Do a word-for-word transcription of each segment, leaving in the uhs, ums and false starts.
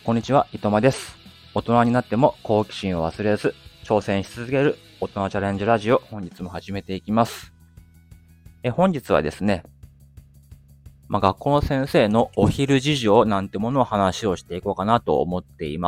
こんにちは、いとまです。大人になっても好奇心を忘れず、挑戦し続ける大人チャレンジラジオ、本日も始めていきます。え本日はですね、まあ、学校の先生のお昼事情なんてものを話をしていこうかなと思っています。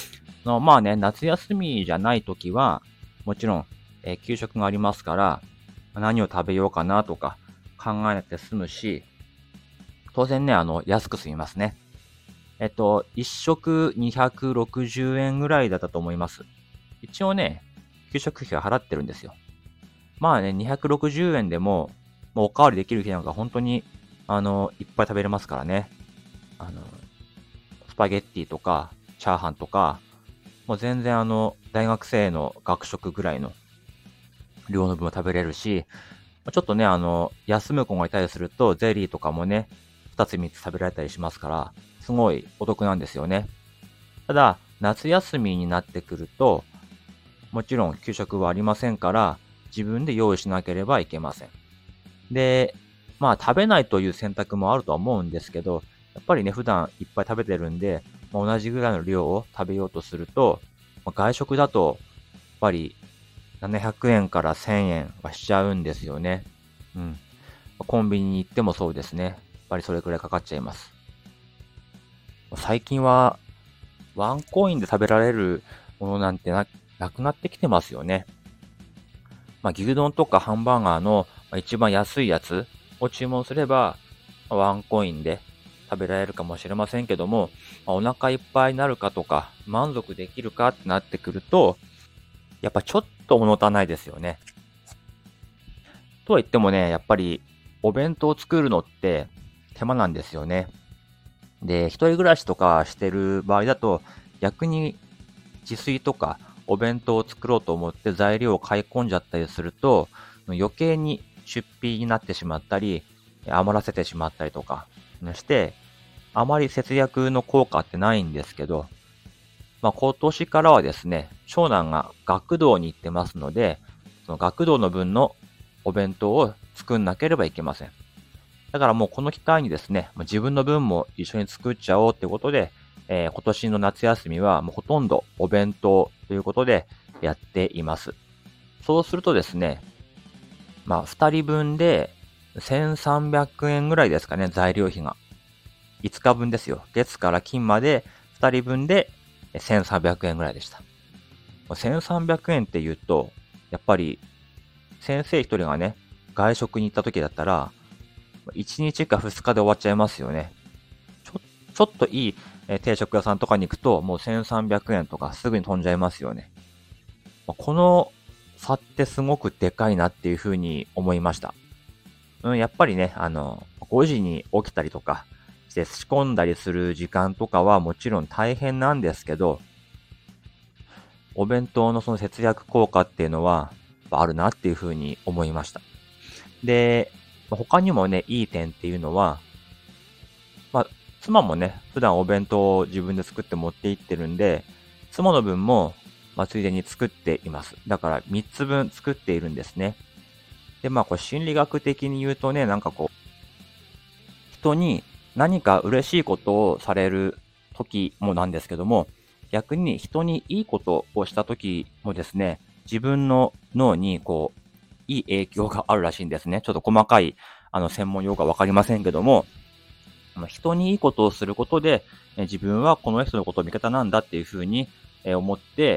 のまあね、夏休みじゃないときは、もちろん、えー給食がありますから、何を食べようかなとか考えなくて済むし、当然ね、あの、安く済みますね。えっと、一食にひゃくろくじゅうえんぐらいだったと思います。一応ね、給食費は払ってるんですよ。まあね、にひゃくろくじゅうえんでも、もうおかわりできる日なんか本当に、あの、いっぱい食べれますからね。あの、スパゲッティとか、チャーハンとか、もう全然あの、大学生の学食ぐらいの量の分を食べれるし、ちょっとね、あの、休む子がいたりすると、ゼリーとかもね、ふたつみっつ食べられたりしますから、すごいお得なんですよね。ただ、夏休みになってくると、もちろん給食はありませんから、自分で用意しなければいけません。で、まあ食べないという選択もあるとは思うんですけど、やっぱりね、普段いっぱい食べてるんで、まあ、同じぐらいの量を食べようとすると、まあ、外食だと、やっぱりななひゃくえんからせんえんはしちゃうんですよね。うん。コンビニに行ってもそうですね。やっぱりそれくらいかかっちゃいます。最近はワンコインで食べられるものなんてな、なくなってきてますよね。まあ、牛丼とかハンバーガーの一番安いやつを注文すれば、ワンコインで食べられるかもしれませんけども、まあ、お腹いっぱいになるかとか、満足できるかってなってくると、やっぱちょっと物足りないですよね。とは言ってもね、やっぱりお弁当を作るのって手間なんですよね。で、一人暮らしとかしてる場合だと、逆に自炊とかお弁当を作ろうと思って材料を買い込んじゃったりすると、余計に出費になってしまったり、余らせてしまったりとかして、あまり節約の効果ってないんですけど、まあ、今年からはですね、長男が学童に行ってますので、その学童の分のお弁当を作んなければいけません。だからもうこの機会にですね、自分の分も一緒に作っちゃおうってことで、えー今年の夏休みはもうほとんどお弁当ということでやっています。そうするとですね、まあふたりぶんでせんさんびゃくえんぐらいですかね、材料費が。いつかぶんですよ。月から金までふたりぶんでせんさんびゃくえんぐらいでした。せんさんびゃくえんって言うと、やっぱり先生一人がね、外食に行った時だったら、いちにちかふつかで終わっちゃいますよね。ちょ、ちょっといい、えー定食屋さんとかに行くと、もうせんさんびゃくえんとかすぐに飛んじゃいますよね。まあこの差ってすごくでかいなっていうふうに思いました。うん、やっぱりね、あの、ごじに起きたりとかして仕込んだりする時間とかはもちろん大変なんですけど、お弁当のその節約効果っていうのはあるなっていうふうに思いました。で、まあ他にもね、いい点っていうのは、まあ、妻もね、普段お弁当を自分で作って持って行ってるんで、妻の分も、まあ、ついでに作っています。だからみっつぶん作っているんですね。で、まあ、これ心理学的に言うとね、なんかこう、人に何か嬉しいことをされる時もなんですけども、逆に人にいいことをした時もですね、自分の脳にこう、いい影響があるらしいんですね。ちょっと細かい、あの、専門用語はわかりませんけども、まあ人にいいことをすることで、え自分はこの人のことを味方なんだっていうふうに、え思って、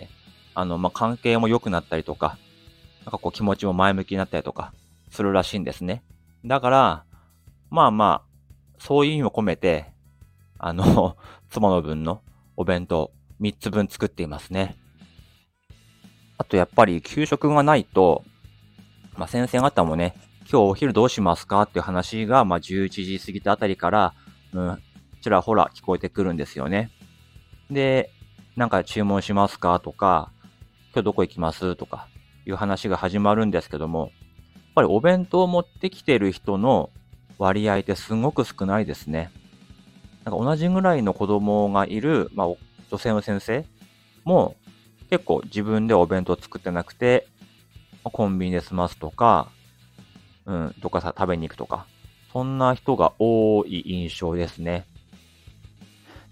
あの、まあ、関係も良くなったりとか、なんかこう気持ちも前向きになったりとか、するらしいんですね。だから、まあまあ、そういう意味も込めて、あの、妻の分のお弁当みっつぶん作っていますね。あとやっぱり給食がないと、まあ、先生方もね、今日お昼どうしますかっていう話が、まあ、じゅういちじ過ぎたあたりから、うん、ちらほら聞こえてくるんですよね。で、なんか注文しますかとか、今日どこ行きますとかいう話が始まるんですけども、やっぱりお弁当を持ってきてる人の割合ってすごく少ないですね。なんか同じぐらいの子供がいる、まあ、女性の先生も結構自分でお弁当作ってなくて、コンビニで済ますとか、うん、どっかさ食べに行くとか、そんな人が多い印象ですね。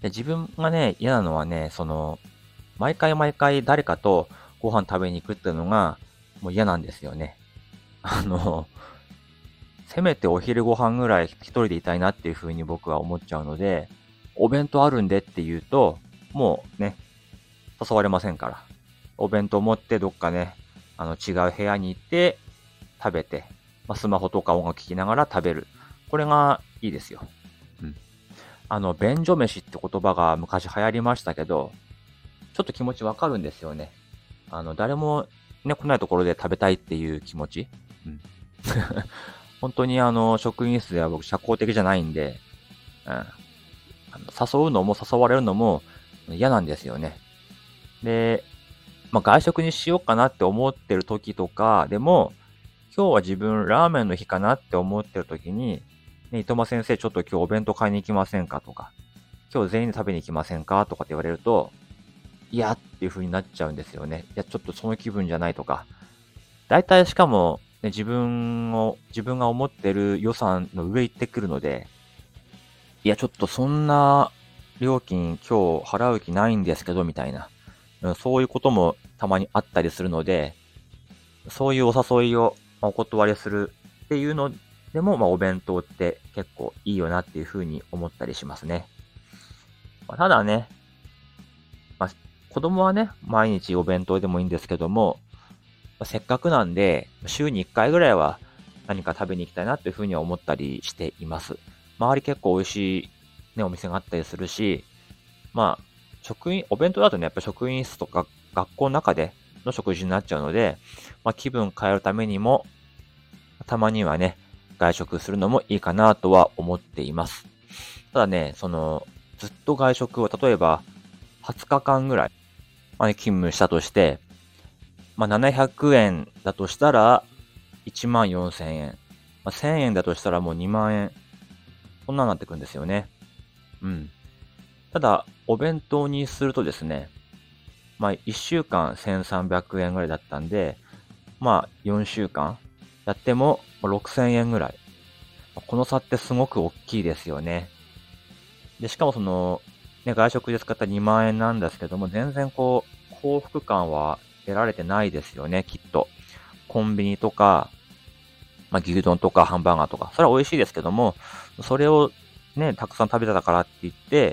で、自分がね、嫌なのはね、その、毎回毎回誰かとご飯食べに行くっていうのが、もう嫌なんですよね。あの、せめてお昼ご飯ぐらい一人でいたいなっていう風に僕は思っちゃうので、お弁当あるんでって言うと、もうね、誘われませんから。お弁当持ってどっかね、あの違う部屋に行って食べて、まあ、スマホとか音楽聴きながら食べる。これがいいですよ。うん。あの、便所飯って言葉が昔流行りましたけど、ちょっと気持ちわかるんですよね。あの、誰もね、来ないところで食べたいっていう気持ち。うん。本当にあの、職員室では僕社交的じゃないんで、うん。あの誘うのも誘われるのも嫌なんですよね。で、まあ、外食にしようかなって思ってる時とかでも、今日は自分ラーメンの日かなって思ってる時に、ね、糸間先生ちょっと今日お弁当買いに行きませんかとか、今日全員で食べに行きませんかとかって言われると、いやっていう風になっちゃうんですよね。いや、ちょっとその気分じゃないとか。大体しかも、ね、自分を、自分が思ってる予算の上行ってくるので、いや、ちょっとそんな料金今日払う気ないんですけど、みたいな。うんそういうこともたまにあったりするので、そういうお誘いをまあお断りするっていうのでも、まあ、お弁当って結構いいよなっていうふうに思ったりしますね。まあ、ただね、まあ、子供はね、毎日お弁当でもいいんですけども、まあせっかくなんで、週にいっかいぐらいは何か食べに行きたいなっていうふうには思ったりしています。周り結構美味しいね、お店があったりするし、まあ、職員、お弁当だとね、やっぱ職員室とか学校の中での食事になっちゃうので、まあ、気分変えるためにも、たまにはね、外食するのもいいかなとは思っています。ただね、その、ずっと外食を、例えば、はつかかんぐらい、まあね、勤務したとして、まあ、ななひゃくえんだとしたら、いちまんよんせんえん。まあ、せんえんだとしたらもうにまん円。そんなになってくるんですよね。うん。ただ、お弁当にするとですね、まあ、いっしゅうかんせんさんびゃくえんぐらいだったんで、まあ、よんしゅうかんやってもろくせんえんぐらい。この差ってすごく大きいですよね。で、しかもその、ね、外食で使ったにまん円なんですけども、全然こう、幸福感は得られてないですよね、きっと。コンビニとか、まあ、牛丼とかハンバーガーとか、それは美味しいですけども、それをね、たくさん食べてたからって言って、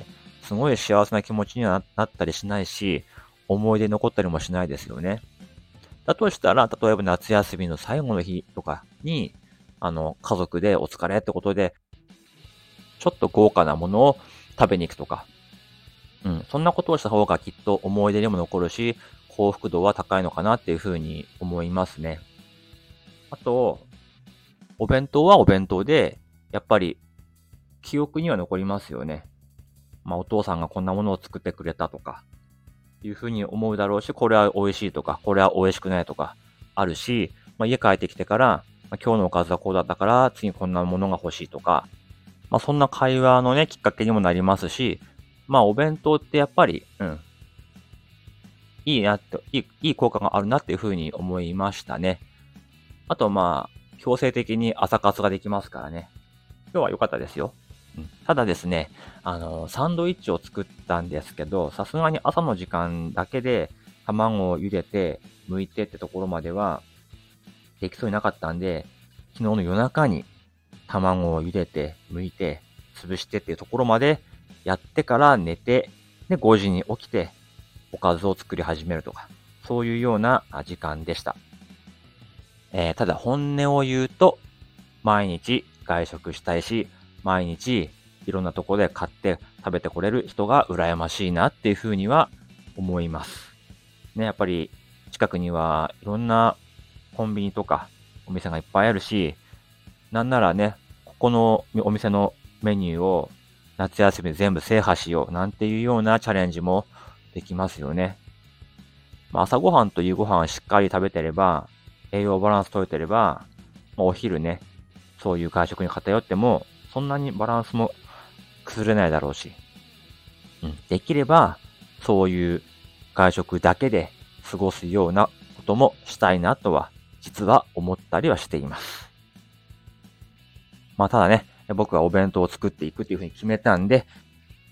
すごい幸せな気持ちにはなったりしないし、思い出に残ったりもしないですよね。だとしたら、例えば夏休みの最後の日とかに、あの、家族でお疲れってことで、ちょっと豪華なものを食べに行くとか、うん、そんなことをした方がきっと思い出にも残るし、幸福度は高いのかなっていうふうに思いますね。あと、お弁当はお弁当で、やっぱり記憶には残りますよね。まあ、お父さんがこんなものを作ってくれたとか、いうふうに思うだろうし、これは美味しいとか、これは美味しくないとか、あるし、まあ、家帰ってきてから、まあ、今日のおかずはこうだったから、次こんなものが欲しいとか、まあ、そんな会話のね、きっかけにもなりますし、まあ、お弁当ってやっぱり、うん、いいなって、いい、いい効果があるなっていうふうに思いましたね。あと、まあ、強制的に朝活ができますからね。今日は良かったですよ。うん、ただですね、あの、サンドイッチを作ったんですけど、さすがに朝の時間だけで卵を茹でて、剥いてってところまではできそうになかったんで、昨日の夜中に卵を茹でて、剥いて、潰してっていうところまでやってから寝て、で、ごじに起きて、おかずを作り始めるとか、そういうような時間でした。えー、ただ本音を言うと、毎日外食したいし、毎日いろんなところで買って食べてこれる人が羨ましいなっていうふうには思います。ね、やっぱり近くにはいろんなコンビニとかお店がいっぱいあるし、なんならね、ここのお店のメニューを夏休みで全部制覇しようなんていうようなチャレンジもできますよね。まあ、朝ごはんと夕ごはんをしっかり食べてれば、栄養バランス取れてれば、まあ、お昼ね、そういう外食に偏っても、そんなにバランスも崩れないだろうし、うん、できれば、そういう外食だけで過ごすようなこともしたいなとは、実は思ったりはしています。まあ、ただね、僕はお弁当を作っていくっていうふうに決めたんで、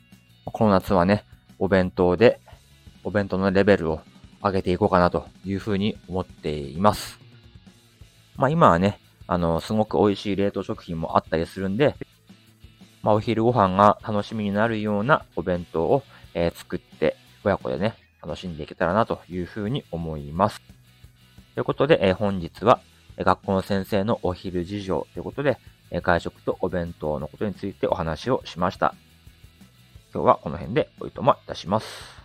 この夏はね、お弁当で、お弁当のレベルを上げていこうかなというふうに思っています。まあ今はね、あの、すごく美味しい冷凍食品もあったりするんで、まあお昼ご飯が楽しみになるようなお弁当を、えー作って、親子でね、楽しんでいけたらなというふうに思います。ということで、えー本日は、えー学校の先生のお昼事情ということで、えー外食とお弁当のことについてお話をしました。今日はこの辺でおいとまいたします。